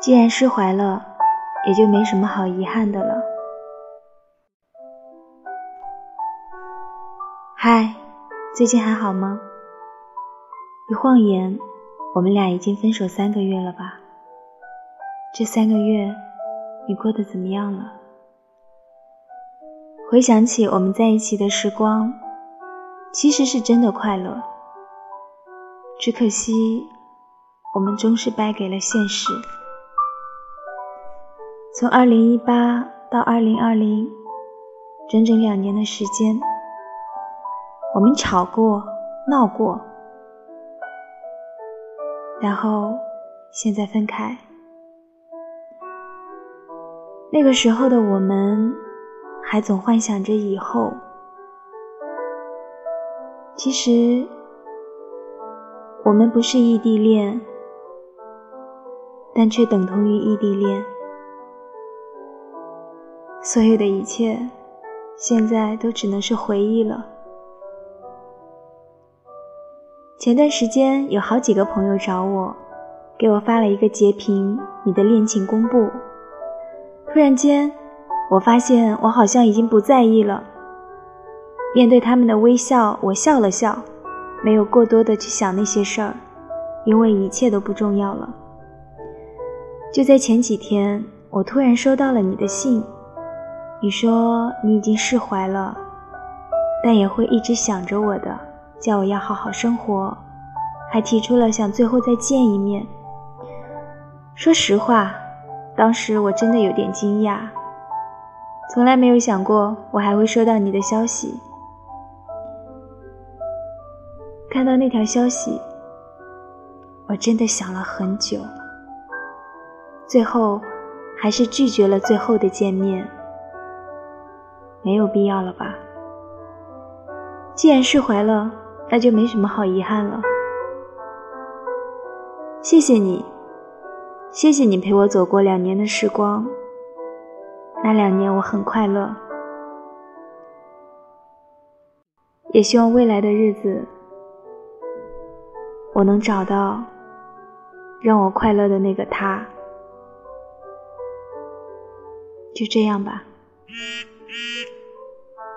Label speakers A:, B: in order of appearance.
A: 既然释怀了，也就没什么好遗憾的了。嗨，最近还好吗？一晃眼，我们俩已经分手3个月了吧？这3个月，你过得怎么样了？回想起我们在一起的时光，其实是真的快乐，只可惜我们终是败给了现实。从2018到2020，整整2年的时间，我们吵过闹过，然后现在分开。那个时候的我们还总幻想着以后，其实我们不是异地恋，但却等同于异地恋。所有的一切现在都只能是回忆了。前段时间有好几个朋友找我，给我发了一个截屏你的恋情公布。突然间我发现我好像已经不在意了，面对他们的微笑，我笑了笑，没有过多的去想那些事儿，因为一切都不重要了。就在前几天，我突然收到了你的信，你说你已经释怀了，但也会一直想着我的，叫我要好好生活，还提出了想最后再见一面。说实话，当时我真的有点惊讶，从来没有想过我还会收到你的消息。看到那条消息，我真的想了很久，最后还是拒绝了最后的见面。没有必要了吧？既然释怀了，那就没什么好遗憾了。谢谢你，谢谢你陪我走过2年的时光，那2年我很快乐。也希望未来的日子，我能找到让我快乐的那个他。就这样吧。